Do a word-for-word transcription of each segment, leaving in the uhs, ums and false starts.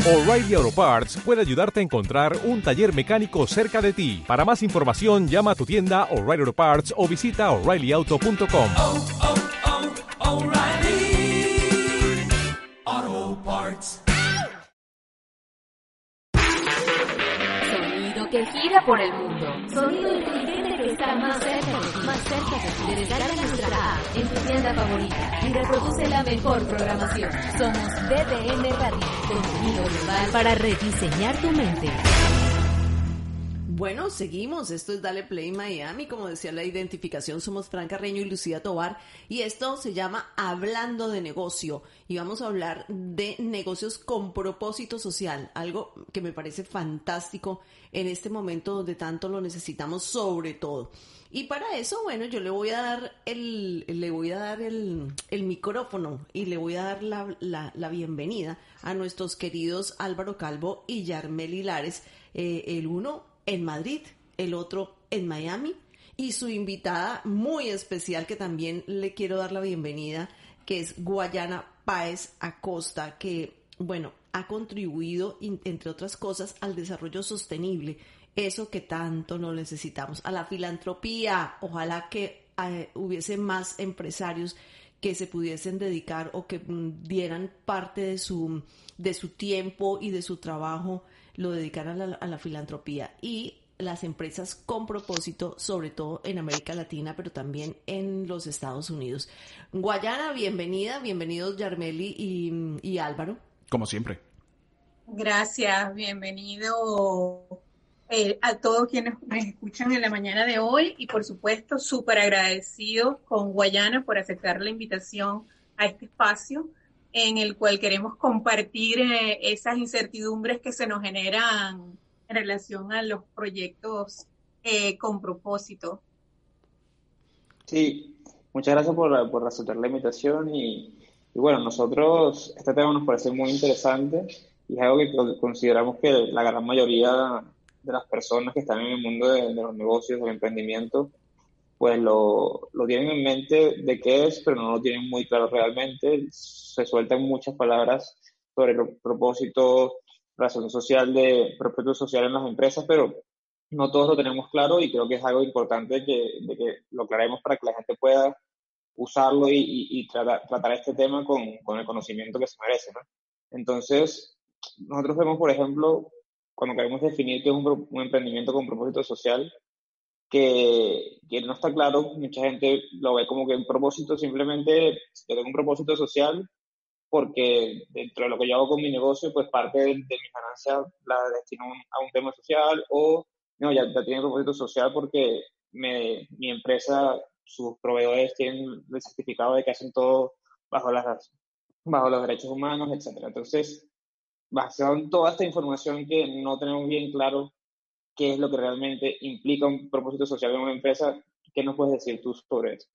O'Reilly Auto Parts puede ayudarte a encontrar un taller mecánico cerca de ti. Para más información, llama a tu tienda O'Reilly Auto Parts o visita O'Reilly Auto punto com. Oh, oh, oh, O'Reilly Auto Parts. Sonido que gira por el mundo. Sonido inteligente que está más cerca de ti. Más cerca de ti. Descarga nuestra app en tu tienda favorita y reproduce la mejor programación. Somos D D M Radio. Contenido global para rediseñar tu mente. Bueno, seguimos. Esto es Dale Play Miami. Como decía la identificación, somos Fran Carreño y Lucía Tovar. Y esto se llama Hablando de Negocio. Y vamos a hablar de negocios con propósito social. Algo que me parece fantástico en este momento donde tanto lo necesitamos, sobre todo. Y para eso, bueno, yo le voy a dar el, le voy a dar el, el micrófono y le voy a dar la, la, la bienvenida a nuestros queridos Álvaro Calvo y Yarmely Lares. Eh, el uno en Madrid, el otro en Miami, y su invitada muy especial que también le quiero dar la bienvenida, que es Guayana Páez Acosta, que, bueno, ha contribuido, entre otras cosas, al desarrollo sostenible, eso que tanto lo necesitamos, a la filantropía. Ojalá que eh, hubiese más empresarios que se pudiesen dedicar o que mm, dieran parte de su, de su tiempo y de su trabajo, lo dedicaran a la, a la filantropía, y las empresas con propósito, sobre todo en América Latina, pero también en los Estados Unidos. Guayana, bienvenida, bienvenidos Yarmely y, y Álvaro. Como siempre. Gracias, bienvenido eh, a todos quienes nos escuchan en la mañana de hoy, y por supuesto súper agradecidos con Guayana por aceptar la invitación a este espacio en el cual queremos compartir eh, esas incertidumbres que se nos generan en relación a los proyectos eh, con propósito. Sí, muchas gracias por, por aceptar la invitación y, y bueno, nosotros, este tema nos parece muy interesante y es algo que consideramos que la gran mayoría de las personas que están en el mundo de, de los negocios, del emprendimiento, pues lo, lo tienen en mente de qué es, pero no lo tienen muy claro realmente. Se sueltan muchas palabras sobre el propósito, razón social, de propósito social en las empresas, pero no todos lo tenemos claro y creo que es algo importante que, de que lo aclaremos para que la gente pueda usarlo y, y, y tratar, tratar este tema con, con el conocimiento que se merece, ¿no? Entonces, nosotros vemos, por ejemplo, cuando queremos definir qué es un, un emprendimiento con propósito social, Que, que no está claro. Mucha gente lo ve como que un propósito, simplemente yo tengo un propósito social porque dentro de lo que yo hago con mi negocio, pues parte de, de mis ganancias la destino a un tema social, o no, ya, ya tiene propósito social porque me, mi empresa, sus proveedores tienen el certificado de que hacen todo bajo, las, bajo los derechos humanos, etcétera. Entonces, basado en toda esta información que no tenemos bien claro qué es lo que realmente implica un propósito social en una empresa, ¿qué nos puedes decir tú sobre eso?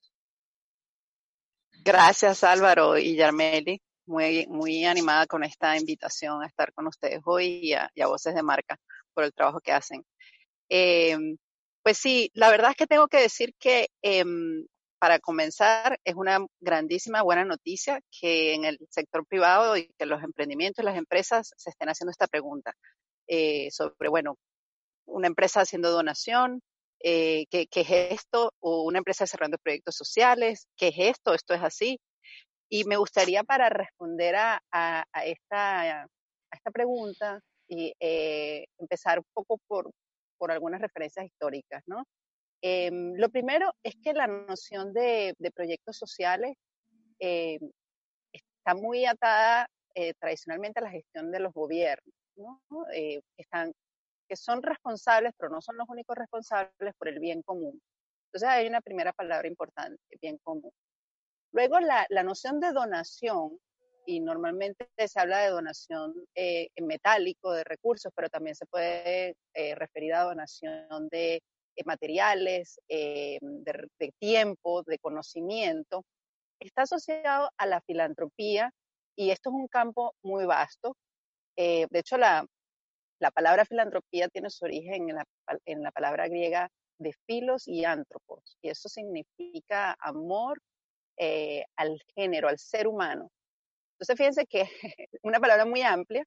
Gracias, Álvaro y Yarmely. Muy, muy animada con esta invitación a estar con ustedes hoy y a, y a Voces de Marca por el trabajo que hacen. Eh, pues sí, la verdad es que tengo que decir que eh, para comenzar es una grandísima buena noticia que en el sector privado y que los emprendimientos y las empresas se estén haciendo esta pregunta eh, sobre, bueno, una empresa haciendo donación, eh, ¿qué, ¿qué es esto? O una empresa desarrollando proyectos sociales, ¿qué es esto? Esto es así. Y me gustaría, para responder a, a, a, esta, a esta pregunta, y eh, empezar un poco por, por algunas referencias históricas, ¿no? Eh, lo primero es que la noción de, de proyectos sociales eh, está muy atada eh, tradicionalmente a la gestión de los gobiernos, ¿no? Eh, están que son responsables, pero no son los únicos responsables por el bien común. Entonces hay una primera palabra importante, bien común. Luego la, la noción de donación, y normalmente se habla de donación eh, en metálico, de recursos, pero también se puede eh, referir a donación de eh, materiales, eh, de, de tiempo, de conocimiento. Está asociado a la filantropía y esto es un campo muy vasto. Eh, de hecho, la, La palabra filantropía tiene su origen en la, en la palabra griega de filos y antropos, y eso significa amor eh, al género, al ser humano. Entonces, fíjense que es una palabra muy amplia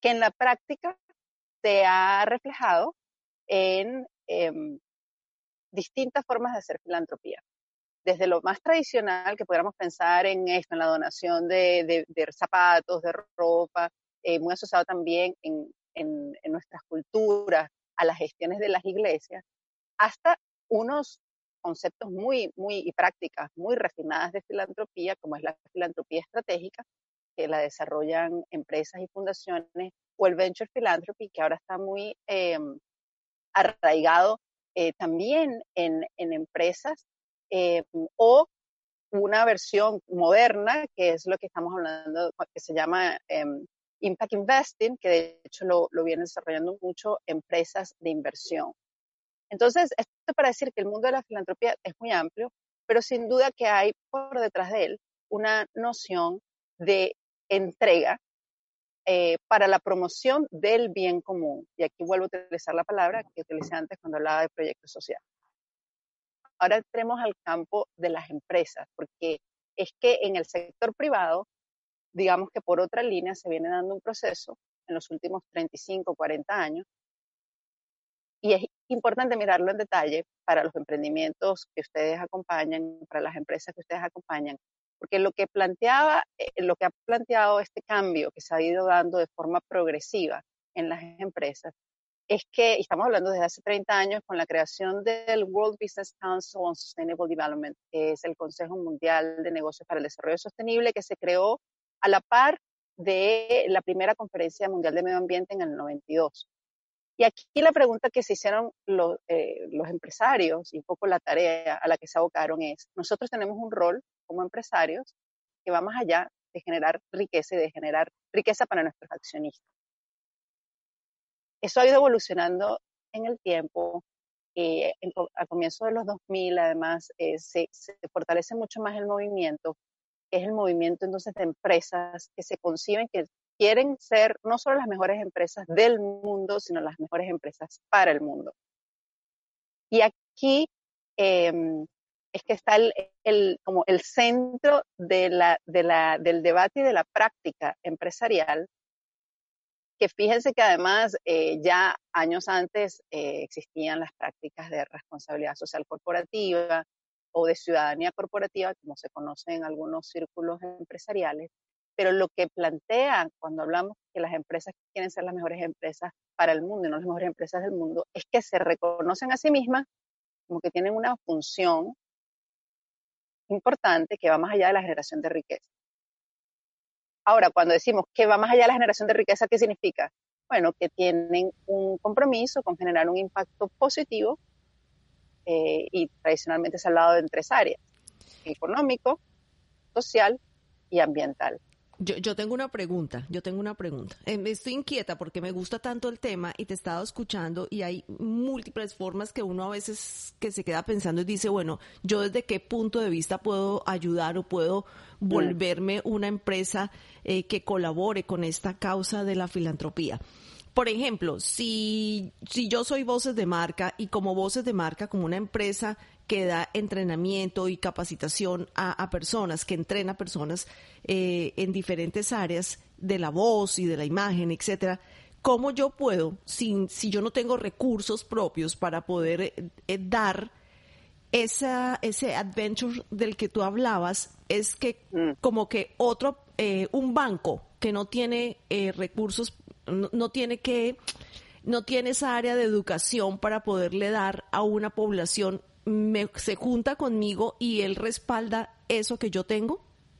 que en la práctica se ha reflejado en eh, distintas formas de hacer filantropía. Desde lo más tradicional, que pudiéramos pensar en esto, en la donación de, de, de zapatos, de ropa, eh, muy asociado también en, en, en nuestras culturas, a las gestiones de las iglesias, hasta unos conceptos muy, muy, y prácticas muy refinadas de filantropía, como es la filantropía estratégica, que la desarrollan empresas y fundaciones, o el venture philanthropy, que ahora está muy eh, arraigado eh, también en, en empresas, eh, o una versión moderna, que es lo que estamos hablando, que se llama eh, Impact Investing, que de hecho lo, lo vienen desarrollando mucho empresas de inversión. Entonces, esto para decir que el mundo de la filantropía es muy amplio, pero sin duda que hay por detrás de él una noción de entrega eh, para la promoción del bien común. Y aquí vuelvo a utilizar la palabra que utilicé antes cuando hablaba de proyectos sociales. Ahora entremos al campo de las empresas, porque es que en el sector privado, digamos que por otra línea se viene dando un proceso en los últimos treinta y cinco, cuarenta años, y es importante mirarlo en detalle para los emprendimientos que ustedes acompañan, para las empresas que ustedes acompañan, porque lo que planteaba, eh, lo que ha planteado este cambio que se ha ido dando de forma progresiva en las empresas, es que, y estamos hablando desde hace treinta años, con la creación del World Business Council on Sustainable Development, que es el Consejo Mundial de Negocios para el Desarrollo Sostenible, que se creó a la par de la primera Conferencia Mundial de Medio Ambiente en el noventa y dos. Y aquí la pregunta que se hicieron los, eh, los empresarios, y un poco la tarea a la que se abocaron es, nosotros tenemos un rol como empresarios que va más allá de generar riqueza y de generar riqueza para nuestros accionistas. Eso ha ido evolucionando en el tiempo. Eh, en, a comienzos de los dos mil, además, eh, se, se fortalece mucho más el movimiento, que es el movimiento entonces de empresas que se conciben, que quieren ser no solo las mejores empresas del mundo, sino las mejores empresas para el mundo. Y aquí eh, es que está el, el, como el centro de la, de la, del debate y de la práctica empresarial, que fíjense que además eh, ya años antes eh, existían las prácticas de responsabilidad social corporativa o de ciudadanía corporativa, como se conoce en algunos círculos empresariales, pero lo que plantean cuando hablamos que las empresas quieren ser las mejores empresas para el mundo y no las mejores empresas del mundo, es que se reconocen a sí mismas como que tienen una función importante que va más allá de la generación de riqueza. Ahora, cuando decimos que va más allá de la generación de riqueza, ¿qué significa? Bueno, que tienen un compromiso con generar un impacto positivo eh, y tradicionalmente se ha hablado de tres áreas: económico, social y ambiental. Yo, yo tengo una pregunta, yo tengo una pregunta. Eh, estoy inquieta porque me gusta tanto el tema y te he estado escuchando y hay múltiples formas que uno a veces que se queda pensando y dice, bueno, ¿yo desde qué punto de vista puedo ayudar o puedo volverme una empresa eh, que colabore con esta causa de la filantropía? Por ejemplo, si, si yo soy Voces de Marca y como Voces de Marca, como una empresa que da entrenamiento y capacitación a, a personas, que entrena a personas eh, en diferentes áreas de la voz y de la imagen, etcétera, ¿cómo yo puedo, si, si yo no tengo recursos propios para poder eh, eh, dar esa, ese adventure del que tú hablabas, es que mm. como que otro, eh, un banco que no tiene eh, recursos, no, no tiene que, no tiene esa área de educación para poderle dar a una población, me, se junta conmigo y él respalda eso que yo tengo?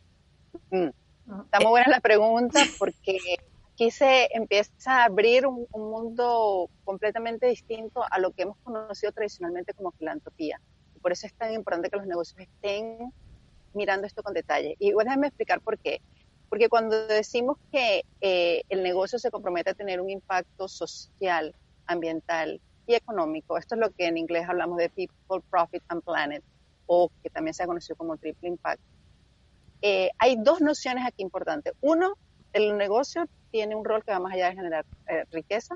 Mm. Está muy buena la pregunta porque aquí se empieza a abrir un, un mundo completamente distinto a lo que hemos conocido tradicionalmente como filantropía. Y por eso es tan importante que los negocios estén mirando esto con detalle. Y bueno, déjame explicar por qué. Porque cuando decimos que eh, el negocio se compromete a tener un impacto social, ambiental y económico, esto es lo que en inglés hablamos de People, Profit and Planet, o que también se ha conocido como Triple Impact. Eh, hay dos nociones aquí importantes. Uno, el negocio tiene un rol que va más allá de generar eh, riqueza,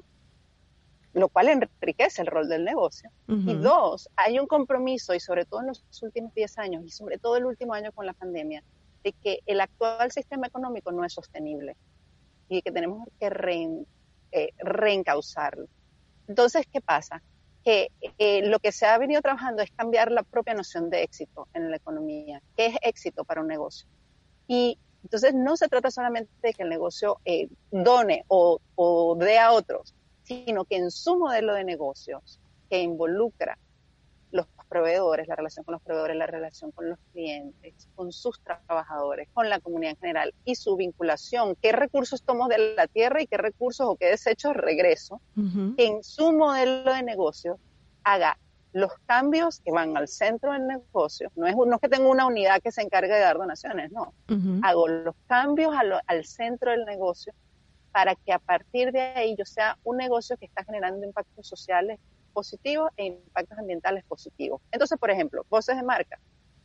lo cual enriquece el rol del negocio. Uh-huh. Y dos, hay un compromiso, y sobre todo en los últimos diez años, y sobre todo el último año con la pandemia, de que el actual sistema económico no es sostenible y que tenemos que re, eh, reencauzarlo. Entonces, ¿qué pasa? Que eh, lo que se ha venido trabajando es cambiar la propia noción de éxito en la economía. ¿Qué es éxito para un negocio? Y entonces no se trata solamente de que el negocio eh, done o, o dé a otros, sino que en su modelo de negocios, que involucra los proveedores, la relación con los proveedores, la relación con los clientes, con sus trabajadores, con la comunidad en general y su vinculación, qué recursos tomo de la tierra y qué recursos o qué desechos regreso, Ujú. que en su modelo de negocio haga los cambios que van al centro del negocio. No es, no es que tenga una unidad que se encargue de dar donaciones, no. Ujú. Hago los cambios a lo, al centro del negocio para que a partir de ahí yo sea un negocio que está generando impactos sociales positivos e impactos ambientales positivos. Entonces, por ejemplo, Voces de Marca,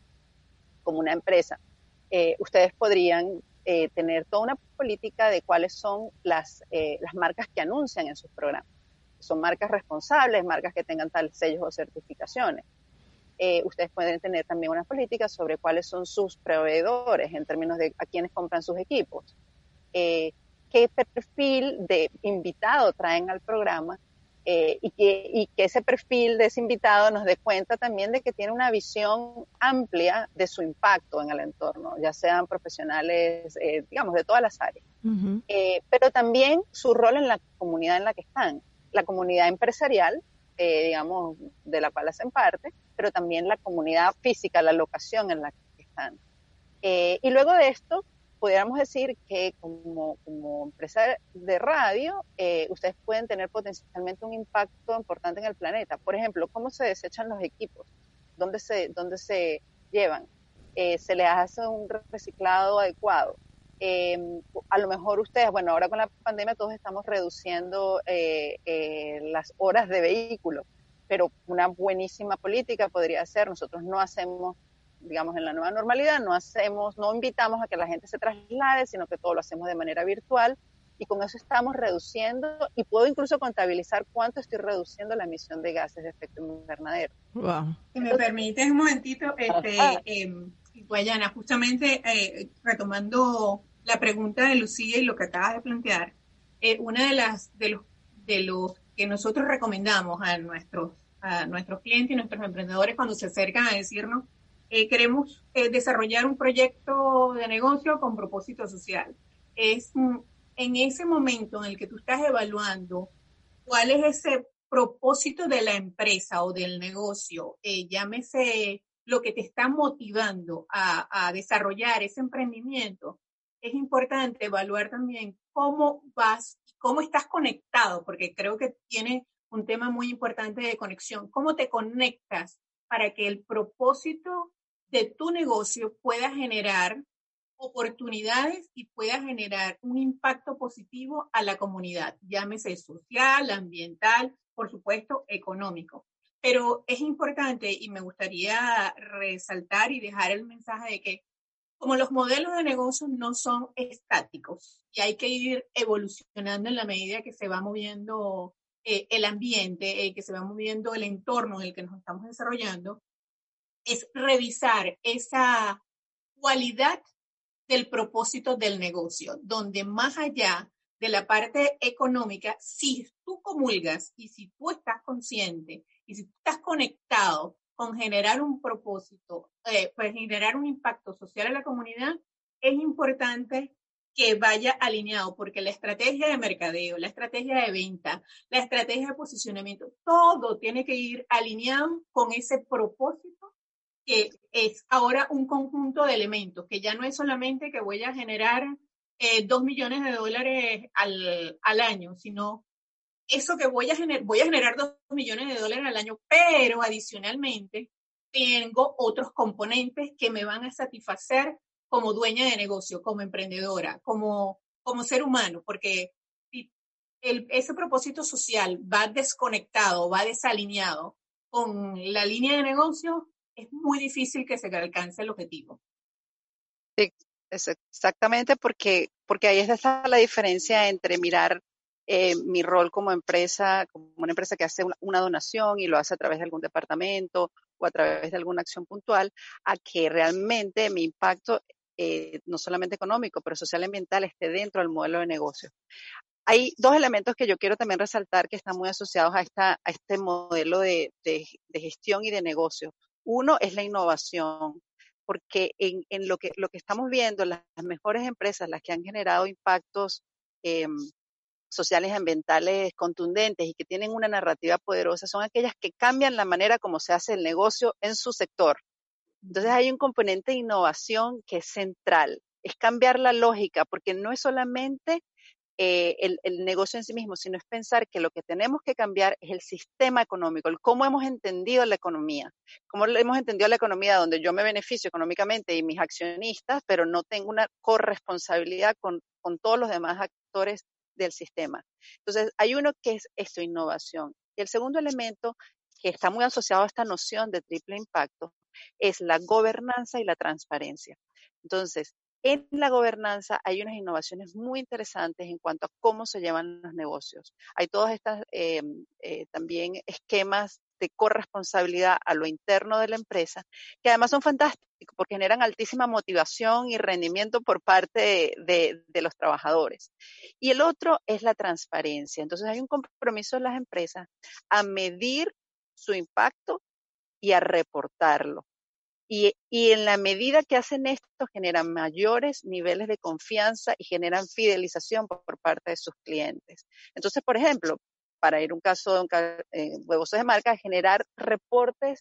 como una empresa, eh, ustedes podrían eh, tener toda una política de cuáles son las, eh, las marcas que anuncian en sus programas. Son marcas responsables, marcas que tengan tales sellos o certificaciones. Eh, ustedes pueden tener también una política sobre cuáles son sus proveedores en términos de a quiénes compran sus equipos. Eh, qué perfil de invitado traen al programa eh, y, que, y que ese perfil de ese invitado nos dé cuenta también de que tiene una visión amplia de su impacto en el entorno, ya sean profesionales, eh, digamos, de todas las áreas. Ujú. Eh, pero también su rol en la comunidad en la que están, la comunidad empresarial, eh, digamos, de la cual hacen parte, pero también la comunidad física, la locación en la que están. Eh, y luego de esto, pudiéramos decir que como, como empresa de radio, eh, ustedes pueden tener potencialmente un impacto importante en el planeta. Por ejemplo, ¿cómo se desechan los equipos? ¿Dónde se, dónde se llevan? Eh, ¿Se les hace un reciclado adecuado? Eh, a lo mejor ustedes, bueno, ahora con la pandemia todos estamos reduciendo eh, eh, las horas de vehículo, pero una buenísima política podría ser, nosotros no hacemos, digamos, en la nueva normalidad, no hacemos, no invitamos a que la gente se traslade, sino que todo lo hacemos de manera virtual y con eso estamos reduciendo y puedo incluso contabilizar cuánto estoy reduciendo la emisión de gases de efecto invernadero. Wow. Si me permites un momentito, este, Ajá. eh, Guayana, justamente eh, retomando la pregunta de Lucía y lo que acabas de plantear, eh, una de las de los de los que nosotros recomendamos a nuestros a nuestros clientes y nuestros emprendedores cuando se acercan a decirnos eh, queremos eh, desarrollar un proyecto de negocio con propósito social. Es mm, en ese momento en el que tú estás evaluando cuál es ese propósito de la empresa o del negocio, eh, llámese lo que te está motivando a, a desarrollar ese emprendimiento, es importante evaluar también cómo vas, cómo estás conectado, porque creo que tiene un tema muy importante de conexión, cómo te conectas para que el propósito de tu negocio pueda generar oportunidades y pueda generar un impacto positivo a la comunidad, llámese social, ambiental, por supuesto, económico. Pero es importante y me gustaría resaltar y dejar el mensaje de que como los modelos de negocios no son estáticos y hay que ir evolucionando en la medida que se va moviendo eh, el ambiente, eh, que se va moviendo el entorno en el que nos estamos desarrollando, es revisar esa cualidad del propósito del negocio, donde más allá de la parte económica, si tú comulgas y si tú estás consciente y si tú estás conectado con generar un propósito, eh, pues generar un impacto social a la comunidad, es importante que vaya alineado, porque la estrategia de mercadeo, la estrategia de venta, la estrategia de posicionamiento, todo tiene que ir alineado con ese propósito que es ahora un conjunto de elementos, que ya no es solamente que voy a generar eh, dos millones de dólares al, al año, sino eso que voy a generar, voy a generar dos millones de dólares al año, pero adicionalmente tengo otros componentes que me van a satisfacer como dueña de negocio, como emprendedora, como, como ser humano, porque si el, ese propósito social va desconectado, va desalineado con la línea de negocio, es muy difícil que se alcance el objetivo. Sí, es exactamente porque, porque ahí está la diferencia entre mirar eh, mi rol como empresa, como una empresa que hace una, una donación y lo hace a través de algún departamento o a través de alguna acción puntual, a que realmente mi impacto, eh, no solamente económico, pero social y ambiental, esté dentro del modelo de negocio. hay dos elementos que yo quiero también resaltar que están muy asociados a, esta, a este modelo de, de, de gestión y de negocio. Uno es la innovación, porque en, en lo, que, lo que estamos viendo, las, las mejores empresas, las que han generado impactos eh, sociales y ambientales contundentes y que tienen una narrativa poderosa, son aquellas que cambian la manera como se hace el negocio en su sector. Entonces hay un componente de innovación que es central, es cambiar la lógica, porque no es solamente eh, el, el negocio en sí mismo, sino es pensar que lo que tenemos que cambiar es el sistema económico, el cómo hemos entendido la economía, cómo hemos entendido la economía donde yo me beneficio económicamente y mis accionistas, pero no tengo una corresponsabilidad con, con todos los demás actores del sistema. Entonces, hay uno que es esto, innovación. Y el segundo elemento que está muy asociado a esta noción de triple impacto es la gobernanza y la transparencia. Entonces, en la gobernanza hay unas innovaciones muy interesantes en cuanto a cómo se llevan los negocios. Hay todos estos eh, eh, también esquemas de corresponsabilidad a lo interno de la empresa, que además son fantásticos porque generan altísima motivación y rendimiento por parte de, de, de los trabajadores. Y el otro es la transparencia. Entonces hay un compromiso de las empresas a medir su impacto y a reportarlo. Y, y en la medida que hacen esto, generan mayores niveles de confianza y generan fidelización por, por parte de sus clientes. Entonces, por ejemplo, para ir un caso de un, eh, Huevos de Marca, generar reportes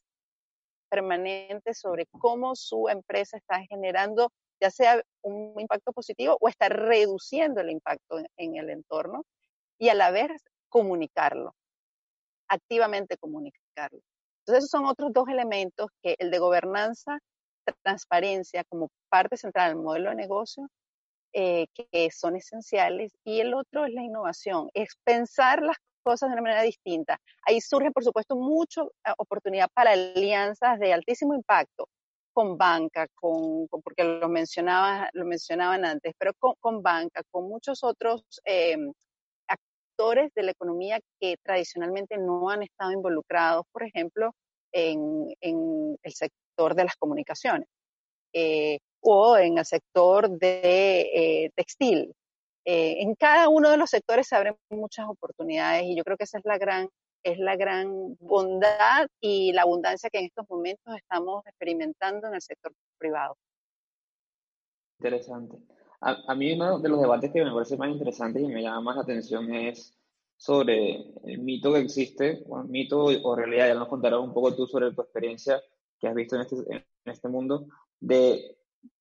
permanentes sobre cómo su empresa está generando, ya sea un impacto positivo o está reduciendo el impacto en, en el entorno, y a la vez comunicarlo, activamente comunicarlo. Entonces, esos son otros dos elementos que el de gobernanza, transparencia como parte central del modelo de negocio, eh, que son esenciales, y el otro es la innovación, es pensar las cosas de una manera distinta. Ahí surge, por supuesto, mucha oportunidad para alianzas de altísimo impacto con banca, con, con porque lo, mencionaba, lo mencionaban antes, pero con, con banca, con muchos otros eh, actores de la economía que tradicionalmente no han estado involucrados, por ejemplo, en, en el sector de las comunicaciones eh, o en el sector de eh, textil. Eh, en cada uno de los sectores se abren muchas oportunidades y yo creo que esa es la gran, es la gran bondad y la abundancia que en estos momentos estamos experimentando en el sector privado. Interesante. A, a mí uno de los debates que me parece más interesantes y me llama más la atención es sobre el mito que existe, bueno, mito o realidad, ya nos contarás un poco tú sobre tu experiencia que has visto en este, en este mundo, de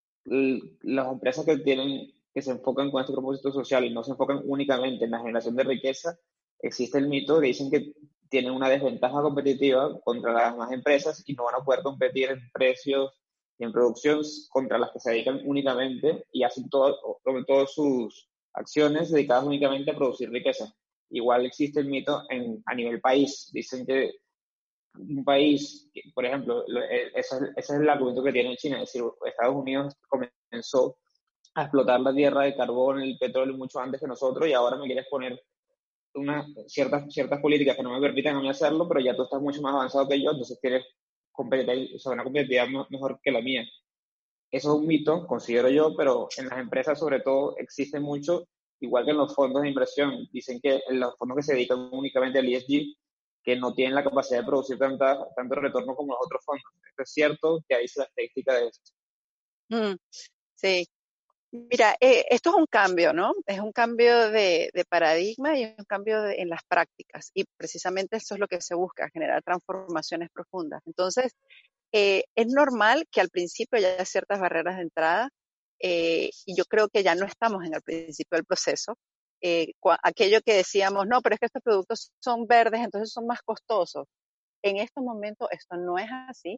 l- las empresas que tienen, que se enfocan con este propósito social y no se enfocan únicamente en la generación de riqueza. Existe el mito que dicen que tienen una desventaja competitiva contra las demás empresas y no van a poder competir en precios y en producción contra las que se dedican únicamente y hacen todo, o- todas sus acciones dedicadas únicamente a producir riqueza. Igual existe el mito en, a nivel país. Dicen que un país, que, por ejemplo, lo- eh, ese, es- ese es el argumento que tiene China, es decir, Estados Unidos comenzó a explotar la tierra de carbón, el petróleo mucho antes que nosotros y ahora me quieres poner unas ciertas, ciertas políticas que no me permitan a mí hacerlo, pero ya tú estás mucho más avanzado que yo, entonces quieres competir, o sea, una competitividad me- mejor que la mía. Eso es un mito, considero yo, pero en las empresas sobre todo existe mucho, igual que en los fondos de inversión. Dicen que en los fondos que se dedican únicamente al E S G, que no tienen la capacidad de producir tanta, tanto retorno como los otros fondos. ¿Esto es cierto? ¿Qué dice la estadística de esto? Mm, sí, mira, eh, esto es un cambio, ¿no? Es un cambio de, de paradigma y un cambio de- en las prácticas. Y precisamente eso es lo que se busca, generar transformaciones profundas. Entonces, eh, es normal que al principio haya ciertas barreras de entrada eh, y yo creo que ya no estamos en el principio del proceso. Eh, cua- aquello que decíamos, no, pero es que estos productos son verdes, entonces son más costosos. En estos momentos esto no es así.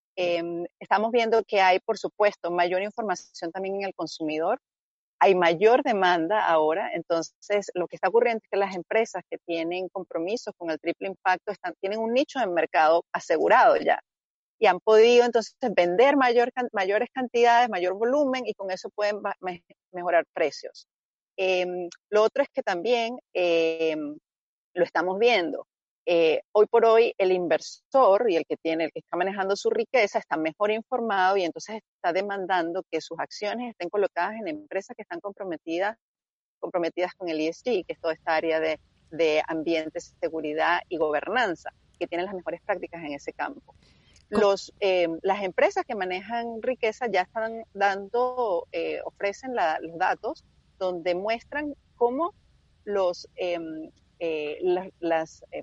Em, estamos viendo que hay, por supuesto, mayor información también en el consumidor, hay mayor demanda ahora, entonces lo que está ocurriendo es que las empresas que tienen compromisos con el triple impacto están, tienen un nicho de mercado asegurado ya y han podido entonces vender mayor, mayores cantidades, mayor volumen y con eso pueden me, mejorar precios. Eh, lo otro es que también eh, lo estamos viendo. Eh, hoy por hoy el inversor y el que tiene, el que está manejando su riqueza está mejor informado y entonces está demandando que sus acciones estén colocadas en empresas que están comprometidas comprometidas con el E S G, que es toda esta área de, de ambiente, seguridad y gobernanza, que tienen las mejores prácticas en ese campo. Los, eh, las empresas que manejan riqueza ya están dando, eh, ofrecen la, los datos donde muestran cómo los, eh, eh, la, las, eh,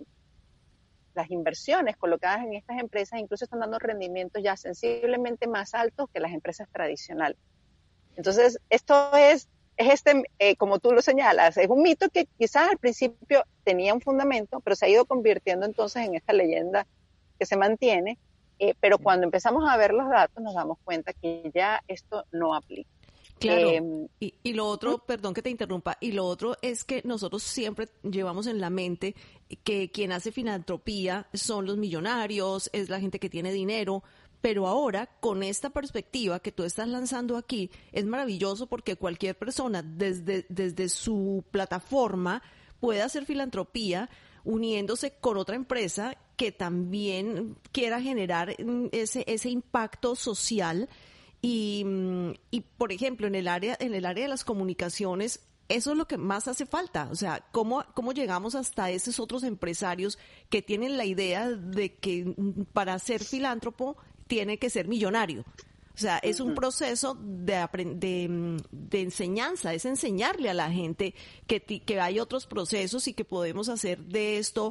las inversiones colocadas en estas empresas incluso están dando rendimientos ya sensiblemente más altos que las empresas tradicionales. Entonces, esto es, es este, eh, como tú lo señalas, es un mito que quizás al principio tenía un fundamento, pero se ha ido convirtiendo entonces en esta leyenda que se mantiene, eh, pero cuando empezamos a ver los datos nos damos cuenta que ya esto no aplica. Claro, Eh, y, y lo otro, perdón que te interrumpa, y lo otro es que nosotros siempre llevamos en la mente que quien hace filantropía son los millonarios, es la gente que tiene dinero, pero ahora con esta perspectiva que tú estás lanzando aquí, es maravilloso porque cualquier persona desde, desde su plataforma puede hacer filantropía uniéndose con otra empresa que también quiera generar ese, ese impacto social. Y, y, por ejemplo, en el área en el área de las comunicaciones, eso es lo que más hace falta. O sea, ¿cómo, cómo llegamos hasta esos otros empresarios que tienen la idea de que para ser filántropo tiene que ser millonario? O sea, es un proceso de, de, de enseñanza, es enseñarle a la gente que, que hay otros procesos y que podemos hacer de esto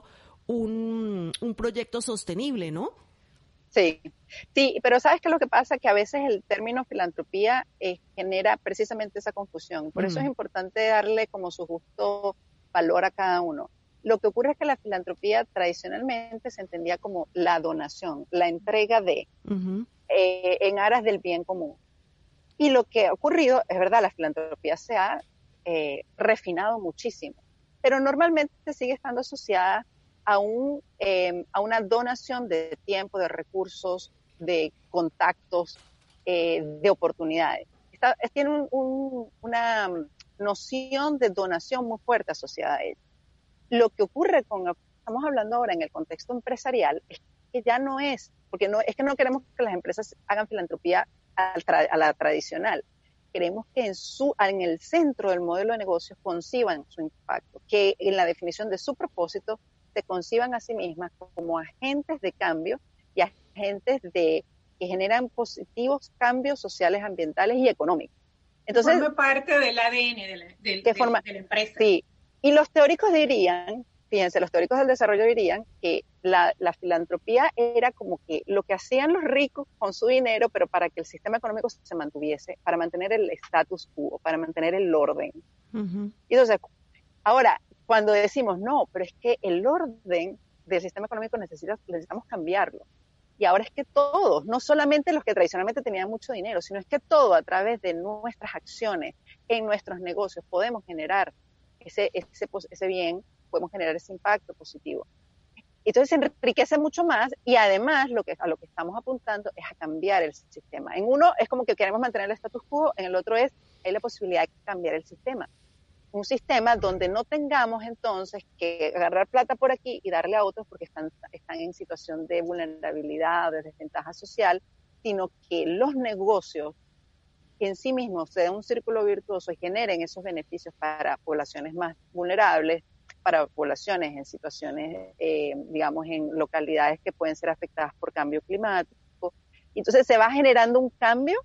un, un proyecto sostenible, ¿no? Sí, sí, pero ¿sabes qué es lo que pasa? Que a veces el término filantropía eh, genera precisamente esa confusión. Por mm. eso es importante darle como su justo valor a cada uno. Lo que ocurre es que la filantropía tradicionalmente se entendía como la donación, la entrega de, uh-huh. eh, en aras del bien común. Y lo que ha ocurrido, es verdad, la filantropía se ha eh, refinado muchísimo, pero normalmente sigue estando asociada a, un, eh, a una donación de tiempo, de recursos, de contactos, eh, de oportunidades. Está, tiene un, un, una noción de donación muy fuerte asociada a ello. Lo que ocurre con lo que estamos hablando ahora en el contexto empresarial es que ya no es, porque no es que no queremos que las empresas hagan filantropía a, tra, a la tradicional. Queremos que en, su, en el centro del modelo de negocios conciban su impacto, que en la definición de su propósito se conciban a sí mismas como agentes de cambio y agentes de, que generan positivos cambios sociales, ambientales y económicos. Entonces, forma parte del A D N de la, de, de, forma, de la empresa. Sí, y los teóricos dirían, fíjense, los teóricos del desarrollo dirían que la, la filantropía era como que lo que hacían los ricos con su dinero, pero para que el sistema económico se mantuviese, para mantener el status quo, para mantener el orden. Uh-huh. Y entonces, ahora, cuando decimos, no, pero es que el orden del sistema económico necesita, necesitamos cambiarlo. Y ahora es que todos, no solamente los que tradicionalmente tenían mucho dinero, sino es que todo a través de nuestras acciones en nuestros negocios podemos generar ese, ese, ese bien, podemos generar ese impacto positivo. Entonces se enriquece mucho más y además lo que, a lo que estamos apuntando es a cambiar el sistema. En uno es como que queremos mantener el status quo, en el otro es hay la posibilidad de cambiar el sistema. Un sistema donde no tengamos entonces que agarrar plata por aquí y darle a otros porque están, están en situación de vulnerabilidad, de desventaja social, sino que los negocios en sí mismos se den un círculo virtuoso y generen esos beneficios para poblaciones más vulnerables, para poblaciones en situaciones, eh, digamos, en localidades que pueden ser afectadas por cambio climático. Entonces se va generando un cambio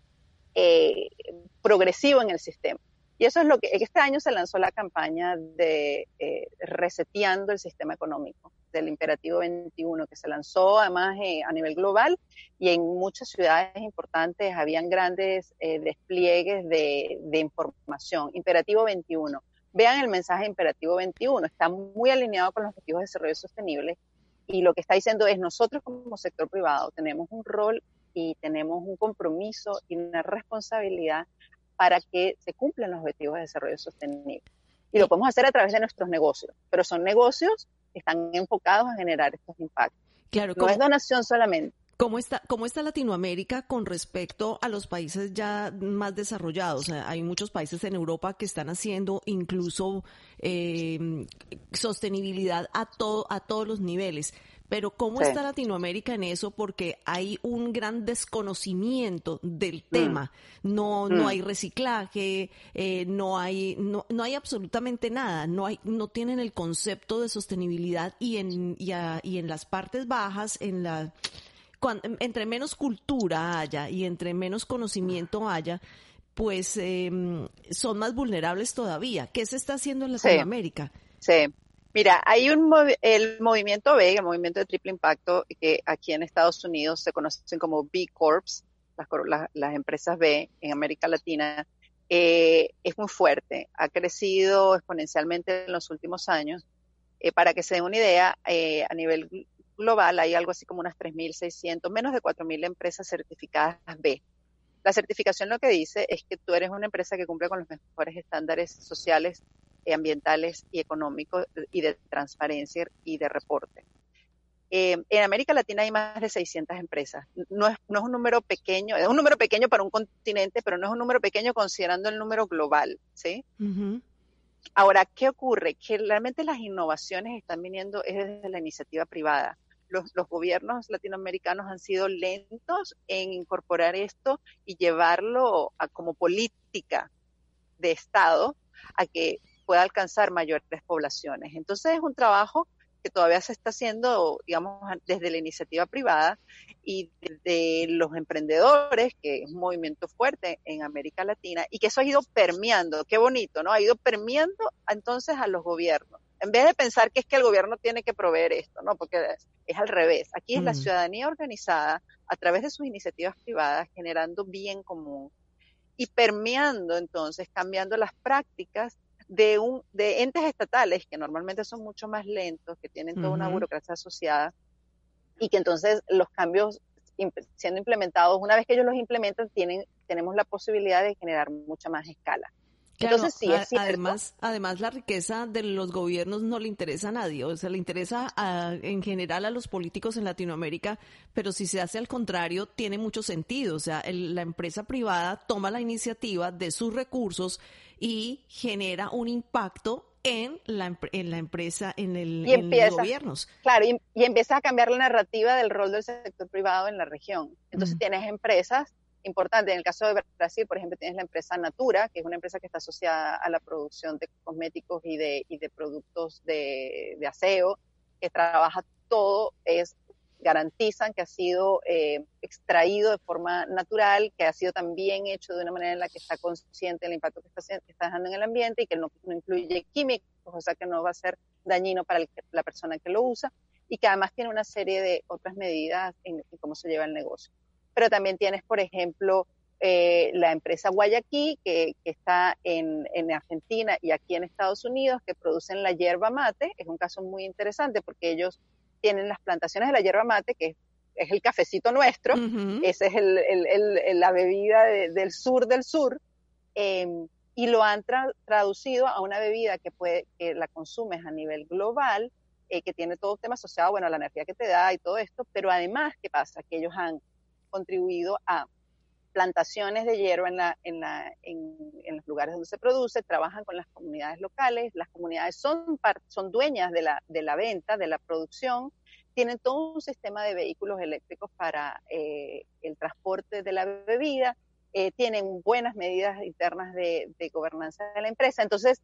eh, progresivo en el sistema. Y eso es lo que este año se lanzó la campaña de eh, reseteando el sistema económico del imperativo veintiuno, que se lanzó además eh, a nivel global y en muchas ciudades importantes habían grandes eh, despliegues de, de información. Imperativo veintiuno. Vean el mensaje de imperativo veintiuno, está muy alineado con los objetivos de desarrollo sostenible y lo que está diciendo es nosotros como sector privado tenemos un rol y tenemos un compromiso y una responsabilidad para que se cumplan los objetivos de desarrollo sostenible. Y lo podemos hacer a través de nuestros negocios, pero son negocios que están enfocados a generar estos impactos. Claro, no es donación solamente. ¿Cómo está, cómo está Latinoamérica con respecto a los países ya más desarrollados? O sea, hay muchos países en Europa que están haciendo incluso eh, sostenibilidad a todo, a todos los niveles. Pero ¿cómo Sí. está Latinoamérica en eso? Porque hay un gran desconocimiento del tema. No, no Mm. hay reciclaje, eh, no hay, no, no hay absolutamente nada. No hay, no tienen el concepto de sostenibilidad y en, y, a- y en las partes bajas, en la, cuan- entre menos cultura haya y entre menos conocimiento haya, pues eh, son más vulnerables todavía. ¿Qué se está haciendo en Sí. Latinoamérica? Sí, mira, hay un movi- el movimiento B, el movimiento de triple impacto, que aquí en Estados Unidos se conocen como B Corps, las, cor- las, las empresas B en América Latina, eh, es muy fuerte, ha crecido exponencialmente en los últimos años. Eh, para que se den una idea, eh, a nivel gl- global hay algo así como unas tres mil seiscientas, menos de cuatro mil empresas certificadas B. La certificación lo que dice es que tú eres una empresa que cumple con los mejores estándares sociales, eh, ambientales y económicos eh, y de transparencia y de reporte. Eh, en América Latina hay más de seiscientas empresas. No es, no es un número pequeño, es un número pequeño para un continente, pero no es un número pequeño considerando el número global, ¿sí? Ujú. Ahora, ¿qué ocurre? Que realmente las innovaciones están viniendo es desde la iniciativa privada. Los, los gobiernos latinoamericanos han sido lentos en incorporar esto y llevarlo a, como política de Estado a que pueda alcanzar mayores poblaciones. Entonces es un trabajo que todavía se está haciendo, digamos, desde la iniciativa privada y de los emprendedores, que es un movimiento fuerte en América Latina, y que eso ha ido permeando, qué bonito, ¿no? Ha ido permeando entonces a los gobiernos. En vez de pensar que es que el gobierno tiene que proveer esto, ¿no? Porque es, es al revés. Aquí es la Mm. ciudadanía organizada a través de sus iniciativas privadas generando bien común y permeando entonces, cambiando las prácticas de, un, de entes estatales que normalmente son mucho más lentos, que tienen toda una Ujú. burocracia asociada y que entonces los cambios imp- siendo implementados, una vez que ellos los implementan, tienen, tenemos la posibilidad de generar mucha más escala. Claro, Entonces sí, a- es cierto. además, además la riqueza de los gobiernos no le interesa a nadie, o sea, le interesa a- en general a los políticos en Latinoamérica, pero si se hace al contrario, tiene mucho sentido, o sea, el- la empresa privada toma la iniciativa de sus recursos y genera un impacto en la, empre- en la empresa, en, el, Y en los empieza, gobiernos. claro, y, y empieza a cambiar la narrativa del rol del sector privado en la región. Entonces Mm. tienes empresas importantes. En el caso de Brasil, por ejemplo, tienes la empresa Natura, que es una empresa que está asociada a la producción de cosméticos y de, y de productos de, de aseo, que trabaja todo, es garantizan que ha sido eh, extraído de forma natural, que ha sido también hecho de una manera en la que está consciente del impacto que está, que está dejando en el ambiente y que no, no incluye químicos, o sea que no va a ser dañino para el, la persona que lo usa, y que además tiene una serie de otras medidas en, en cómo se lleva el negocio. Pero también tienes, por ejemplo, eh, la empresa Guayaquil, que, que está en, en Argentina y aquí en Estados Unidos, que producen la yerba mate. Es un caso muy interesante porque ellos tienen las plantaciones de la yerba mate, que es, es el cafecito nuestro, Ujú. esa es el, el, el, la bebida de, del sur del sur, eh, y lo han tra traducido a una bebida que, puede, que la consumes a nivel global, eh, que tiene todo un tema asociado, bueno, a la energía que te da y todo esto, pero además, ¿qué pasa? Que ellos han contribuido a plantaciones de hierba en, la, en, la, en, en los lugares donde se produce, trabajan con las comunidades locales, las comunidades son, son dueñas de la, de la venta, de la producción, tienen todo un sistema de vehículos eléctricos para eh, el transporte de la bebida, eh, tienen buenas medidas internas de, de gobernanza de la empresa, entonces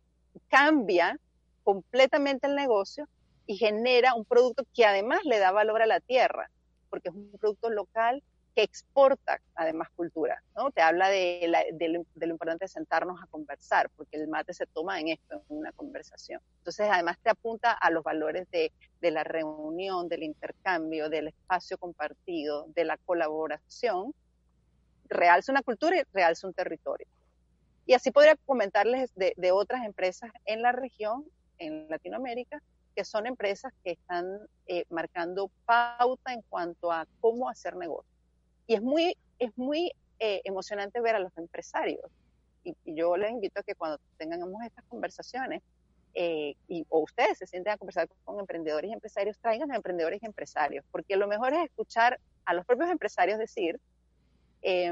cambia completamente el negocio y genera un producto que además le da valor a la tierra, porque es un producto local que exporta además cultura, ¿no? Te habla de, la, de, lo, de lo importante de sentarnos a conversar, porque el mate se toma en esto, en una conversación. Entonces, además te apunta a los valores de, de la reunión, del intercambio, del espacio compartido, de la colaboración. Realza una cultura y realza un territorio. Y así podría comentarles de, de otras empresas en la región, en Latinoamérica, que son empresas que están eh, marcando pauta en cuanto a cómo hacer negocio. Y es muy, es muy eh, emocionante ver a los empresarios. Y, y yo les invito a que cuando tengamos estas conversaciones, eh, y, o ustedes se sienten a conversar con emprendedores y empresarios, traigan a emprendedores y empresarios, porque lo mejor es escuchar a los propios empresarios decir, eh,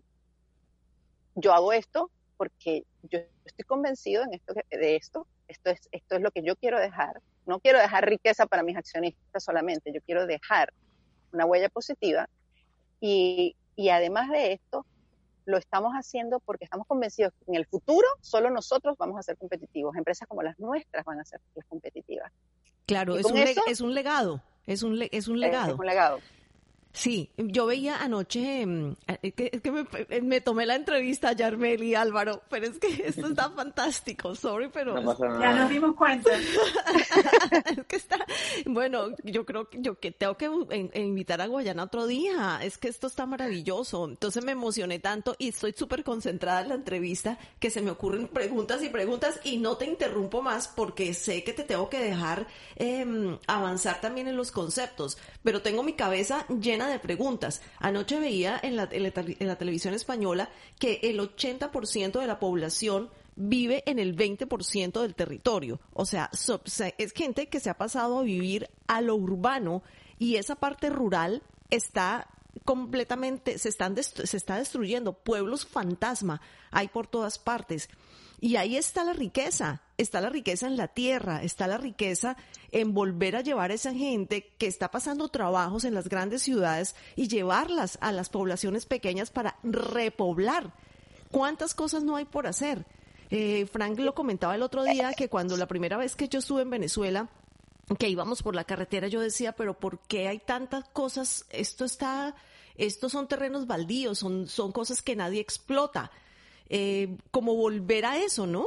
yo hago esto porque yo estoy convencido en esto, de esto, esto es, esto es lo que yo quiero dejar. No quiero dejar riqueza para mis accionistas solamente, yo quiero dejar una huella positiva y, y además de esto, lo estamos haciendo porque estamos convencidos que en el futuro solo nosotros vamos a ser competitivos. Empresas como las nuestras van a ser competitivas. Claro, es un, eso, es un legado, es un, es un legado. Es un legado. Sí, yo veía anoche, es que, es que me, me tomé la entrevista a Yarmel y Álvaro, pero es que esto está fantástico, sorry, pero... No pasa nada. Ya nos dimos cuenta. Es que está, bueno, yo creo que yo que tengo que en, en invitar a Guayana otro día, es que esto está maravilloso, entonces me emocioné tanto y estoy súper concentrada en la entrevista que se me ocurren preguntas y preguntas y no te interrumpo más porque sé que te tengo que dejar eh, avanzar también en los conceptos, pero tengo mi cabeza llena de preguntas. Anoche veía en la, en la, en la televisión española que el ochenta por ciento de la población vive en el veinte por ciento del territorio. O sea, so, es gente que se ha pasado a vivir a lo urbano y esa parte rural está completamente, se, están destru- se está destruyendo. Pueblos fantasma hay por todas partes. Y ahí está la riqueza, está la riqueza en la tierra, está la riqueza en volver a llevar a esa gente que está pasando trabajos en las grandes ciudades y llevarlas a las poblaciones pequeñas para repoblar. ¿Cuántas cosas no hay por hacer? Eh, Frank lo comentaba el otro día que cuando la primera vez que yo estuve en Venezuela, que íbamos por la carretera, yo decía, pero ¿por qué hay tantas cosas? Esto está, estos son terrenos baldíos, son, son cosas que nadie explota. Eh, como volver a eso, ¿no?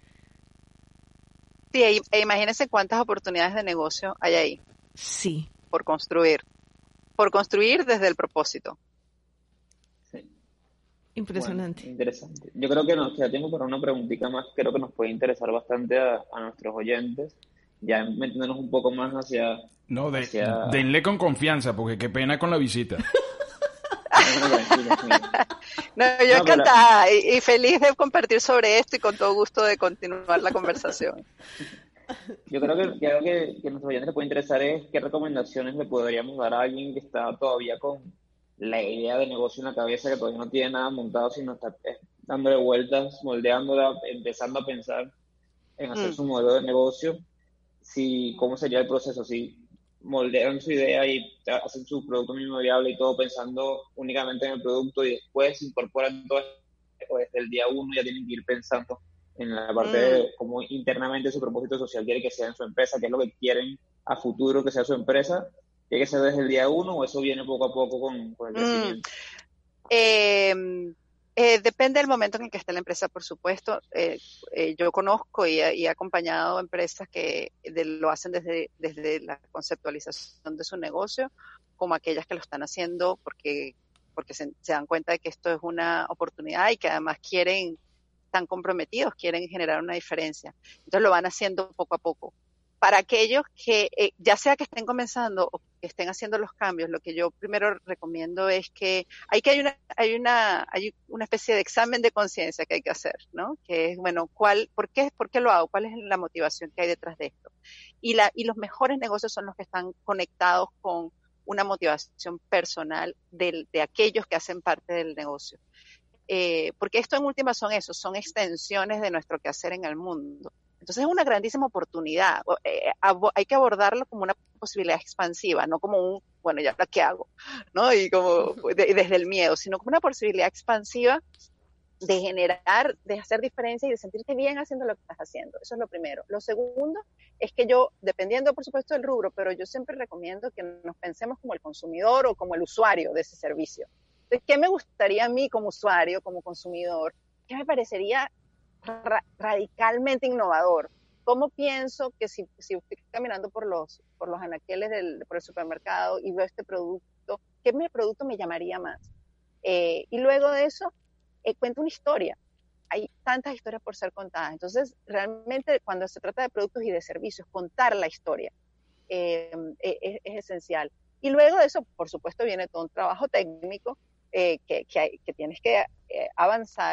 Sí, e, e imagínense cuántas oportunidades de negocio hay ahí. Sí. Por construir. Por construir desde el propósito. Sí. Impresionante. Bueno, interesante. Yo creo que nos queda tiempo para una preguntita más, creo que nos puede interesar bastante a, a nuestros oyentes, ya metiéndonos un poco más hacia... No, de, hacia... denle con confianza, porque qué pena con la visita. No, yo no, encantada pero... y, y feliz de compartir sobre esto y con todo gusto de continuar la conversación. Yo creo que, creo que, que a nuestros oyentes les puede interesar es qué recomendaciones le podríamos dar a alguien que está todavía con la idea de negocio en la cabeza, que todavía no tiene nada montado, sino está dándole vueltas, moldeándola, empezando a pensar en hacer mm. su modelo de negocio. Si, ¿cómo sería el proceso? Si moldean su idea y hacen su producto mínimo viable y todo pensando únicamente en el producto y después incorporan todo esto, desde el día uno ya tienen que ir pensando en la parte mm. de cómo internamente su propósito social quiere que sea en su empresa, qué es lo que quieren a futuro que sea su empresa. ¿Tiene que ser desde el día uno o eso viene poco a poco con, con el crecimiento? Mm. Eh, eh, depende del momento en el que esté la empresa, por supuesto. Eh, eh, yo conozco y, y he acompañado empresas que de, lo hacen desde, desde la conceptualización de su negocio, como aquellas que lo están haciendo porque, porque se, se dan cuenta de que esto es una oportunidad y que además quieren, están comprometidos, quieren generar una diferencia. Entonces lo van haciendo poco a poco. Para aquellos que, eh, ya sea que estén comenzando o que estén haciendo los cambios, lo que yo primero recomiendo es que hay que hay una hay una hay una especie de examen de conciencia que hay que hacer, ¿no? Que es, bueno, ¿cuál, por qué, por qué lo hago? ¿Cuál es la motivación que hay detrás de esto? Y la y los mejores negocios son los que están conectados con una motivación personal de, de aquellos que hacen parte del negocio. Eh, porque esto en última son eso, son extensiones de nuestro quehacer en el mundo. Entonces es una grandísima oportunidad. Eh, abo- hay que abordarlo como una posibilidad expansiva, no como un, bueno, ya qué hago, ¿no? Y como de, desde el miedo, sino como una posibilidad expansiva de generar, de hacer diferencia y de sentirte bien haciendo lo que estás haciendo. Eso es lo primero. Lo segundo es que yo, dependiendo por supuesto del rubro, pero yo siempre recomiendo que nos pensemos como el consumidor o como el usuario de ese servicio. Entonces, ¿qué me gustaría a mí como usuario, como consumidor? ¿Qué me parecería Ra- radicalmente innovador? ¿Cómo pienso que si, si estoy caminando por los, por los anaqueles del por el supermercado y veo este producto, qué me, producto me llamaría más? Eh, y luego de eso, eh, cuento una historia. Hay tantas historias por ser contadas. Entonces, realmente, cuando se trata de productos y de servicios, contar la historia eh, es, es esencial. Y luego de eso, por supuesto, viene todo un trabajo técnico eh, que, que, hay, que tienes que eh, avanzar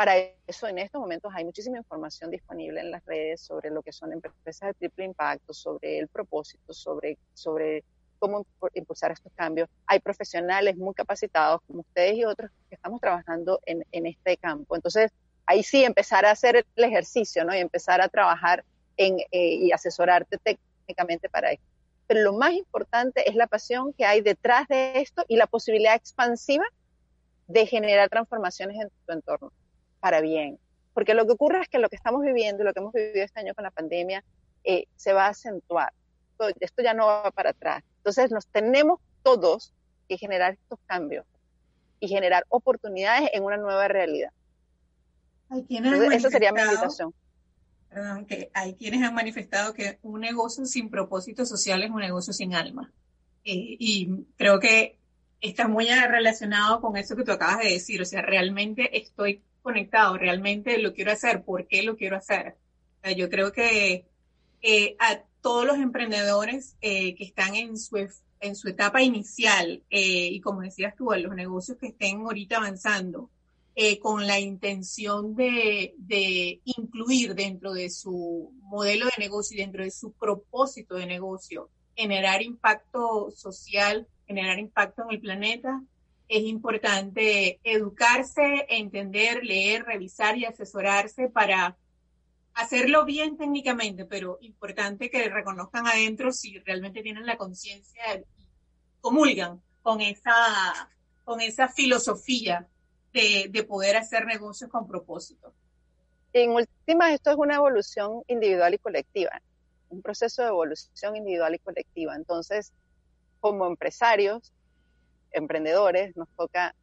para eso en estos momentos hay muchísima información disponible en las redes sobre lo que son empresas de triple impacto, sobre el propósito, sobre, sobre cómo impulsar estos cambios. Hay profesionales muy capacitados como ustedes y otros que estamos trabajando en, en este campo. Entonces, ahí sí empezar a hacer el ejercicio, ¿no? Y empezar a trabajar en, eh, y asesorarte técnicamente para esto. Pero lo más importante es la pasión que hay detrás de esto y la posibilidad expansiva de generar transformaciones en tu entorno para bien. Porque lo que ocurre es que lo que estamos viviendo y lo que hemos vivido este año con la pandemia eh, se va a acentuar. Esto, esto ya no va para atrás. Entonces nos tenemos todos que generar estos cambios y generar oportunidades en una nueva realidad. Hay quienes Entonces, han esa sería mi manifestado- invitación. Perdón, que hay quienes han manifestado que un negocio sin propósito social es un negocio sin alma. Eh, y creo que está muy relacionado con eso que tú acabas de decir. O sea, realmente estoy conectado, realmente lo quiero hacer, ¿por qué lo quiero hacer? O sea, yo creo que eh, a todos los emprendedores eh, que están en su, en su etapa inicial, eh, y como decías tú, a los negocios que estén ahorita avanzando, Eh, con la intención de, de incluir dentro de su modelo de negocio y dentro de su propósito de negocio, generar impacto social, generar impacto en el planeta, es importante educarse, entender, leer, revisar y asesorarse para hacerlo bien técnicamente, pero importante que reconozcan adentro si realmente tienen la conciencia y comulgan con esa, con esa filosofía De, de poder hacer negocios con propósito. En últimas, esto es una evolución individual y colectiva, un proceso de evolución individual y colectiva. Entonces, como empresarios, emprendedores, nos toca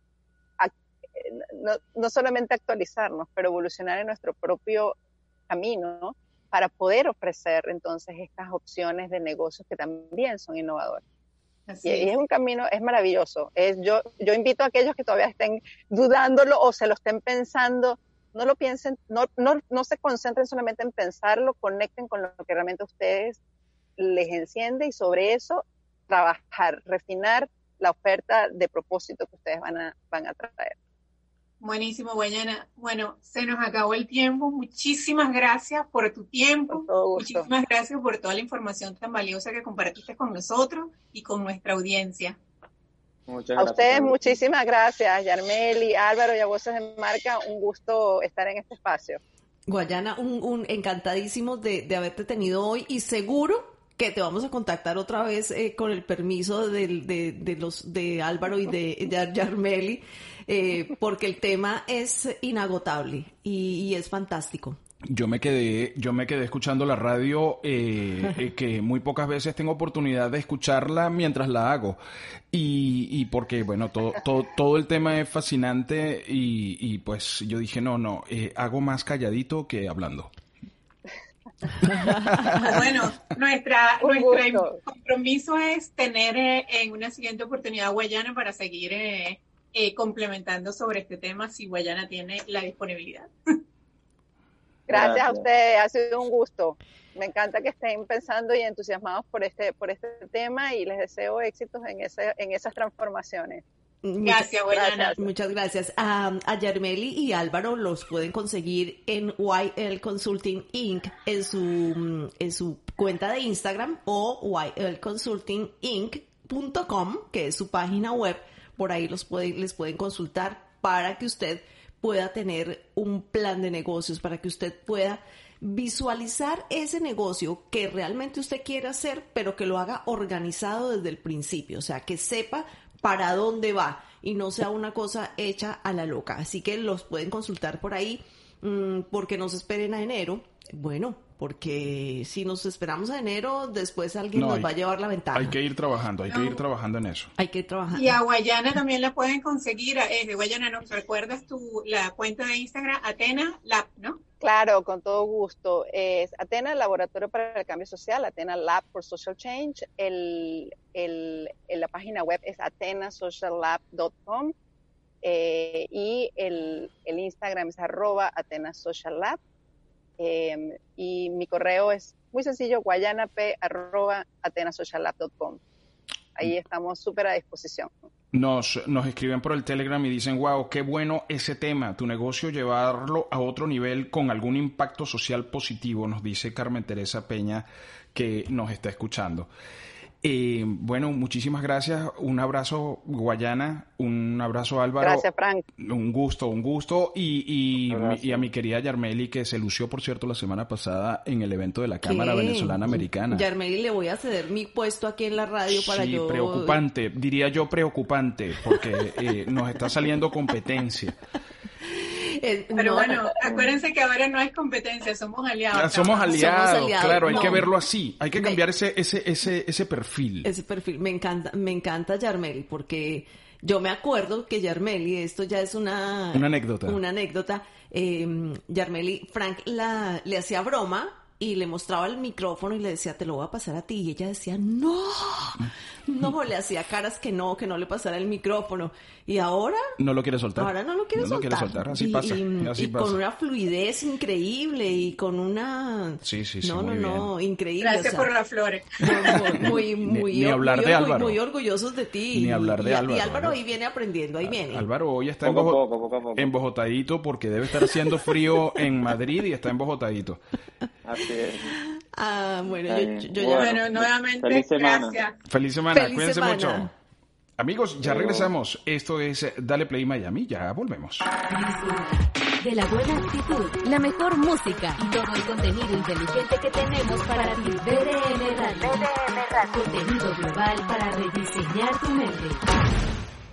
no, no solamente actualizarnos, pero evolucionar en nuestro propio camino, ¿no? Para poder ofrecer entonces estas opciones de negocios que también son innovadoras. Así Y es. es un camino, es maravilloso. Es, yo, yo invito a aquellos que todavía estén dudándolo o se lo estén pensando, no lo piensen, no, no, no se concentren solamente en pensarlo, conecten con lo que realmente a ustedes les enciende y sobre eso trabajar, refinar la oferta de propósito que ustedes van a, van a traer. Buenísimo, Guayana. Bueno, se nos acabó el tiempo. Muchísimas gracias por tu tiempo. Con todo gusto. Muchísimas gracias por toda la información tan valiosa que compartiste con nosotros y con nuestra audiencia. Muchas A gracias. ustedes muchísimas gracias, Yarmeli, Álvaro y a Voces de Marca, un gusto estar en este espacio. Guayana, un, un encantadísimo de, de haberte tenido hoy y seguro que te vamos a contactar otra vez eh, con el permiso del- de, de los de Álvaro y de, de Yarmeli, eh, porque el tema es inagotable y, y es fantástico. Yo me quedé, yo me quedé escuchando la radio, eh, eh, que muy pocas veces tengo oportunidad de escucarla mientras la hago. Y, y porque, bueno, todo, todo, todo el tema es fascinante y, y pues yo dije, no, no, eh, hago más calladito que hablando. Bueno, nuestra, Un nuestro gusto. compromiso es tener eh, en una siguiente oportunidad Guayana para seguir eh, eh, complementando sobre este tema si Guayana tiene la disponibilidad. Gracias, Gracias. a ustedes, ha sido un gusto. Me encanta que estén pensando y entusiasmados por este, por este tema y les deseo éxitos en, ese, en esas transformaciones. Gracias, Guayana. gracias. Muchas gracias. A, a Yarmeli y Álvaro los pueden conseguir en Y L Consulting Incorporated en su, mm, en su cuenta de Instagram o y l consulting inc punto com, que es su página web. Por ahí los pueden, les pueden consultar para que usted pueda tener un plan de negocios, para que usted pueda visualizar ese negocio que realmente usted quiere hacer, pero que lo haga organizado desde el principio, o sea, que sepa para dónde va y no sea una cosa hecha a la loca. Así que los pueden consultar por ahí, mmm, porque no se esperen a enero. Bueno, porque si nos esperamos a enero, después alguien No, nos hay- va a llevar la ventaja. Hay que ir trabajando, hay que ir trabajando en eso. Hay que trabajar. Y a Guayana también la pueden conseguir. Es de Guayana, ¿nos recuerdas tu, la cuenta de Instagram? Atena Lab, ¿no? Claro, con todo gusto. Es Atena, Laboratorio para el Cambio Social, Atena Lab for Social Change. El, el, el- la página web es atena social lab punto com eh, y el, el Instagram es arroba Atena Social Lab. Eh, y mi correo es muy sencillo, guayanap arroba atena social lab punto com. Ahí estamos súper a disposición. Nos, nos escriben por el Telegram y dicen, wow, qué bueno ese tema, tu negocio llevarlo a otro nivel con algún impacto social positivo, nos dice Carmen Teresa Peña, que nos está escuchando. Eh, bueno, muchísimas gracias, un abrazo Guayana, un abrazo Álvaro. Gracias, Frank. Un gusto, un gusto, y, y, y a mi querida Yarmeli, que se lució, por cierto, la semana pasada en el evento de la Cámara ¿Qué? Venezolana Americana. Yarmeli, le voy a ceder mi puesto aquí en la radio para Sí, yo... preocupante, diría yo preocupante, porque eh, nos está saliendo competencia. Eh, Pero no, bueno, acuérdense que ahora no es competencia, somos aliados. Ah, somos aliados, Somos aliados, claro, hay no. que verlo así, hay que Ve- cambiar ese ese ese ese perfil. Ese perfil, me encanta, me encanta Yarmeli, porque yo me acuerdo que Yarmeli, esto ya es una... Una anécdota. Una anécdota. Eh, Yarmeli, Frank la, le hacía broma y le mostraba el micrófono y le decía, te lo voy a pasar a ti. Y ella decía, no, no, le hacía caras que no, que no le pasara el micrófono. Y ahora... No lo quiere soltar. Ahora no lo quiere no soltar. Lo quiere soltar, así y, pasa, y- así y pasa. con una fluidez increíble y con una... Sí, sí, sí, No, no, muy no, increíble. Gracias o sea, por las flores. muy, muy, muy, Ni- ni hablar muy de orgu- Álvaro. muy orgullosos de ti. Ni hablar de y, Álvaro, Y Álvaro ¿no? ahí viene aprendiendo, ahí viene. Álvaro hoy está Poco a embojo- poco, poco a poco. embojotadito porque debe estar haciendo frío en Madrid y está embojotadito. Así es. Ah, bueno, Está yo, bien. yo ya... Bueno, Bueno, nuevamente, feliz semana. gracias. Feliz semana, Feliz cuídense semana. mucho. Amigos, ya regresamos. Esto es Dale Play Miami, ya volvemos. De la buena actitud, la mejor música y todo el contenido inteligente que tenemos para ti. B D M Radio. Contenido global para rediseñar tu mente.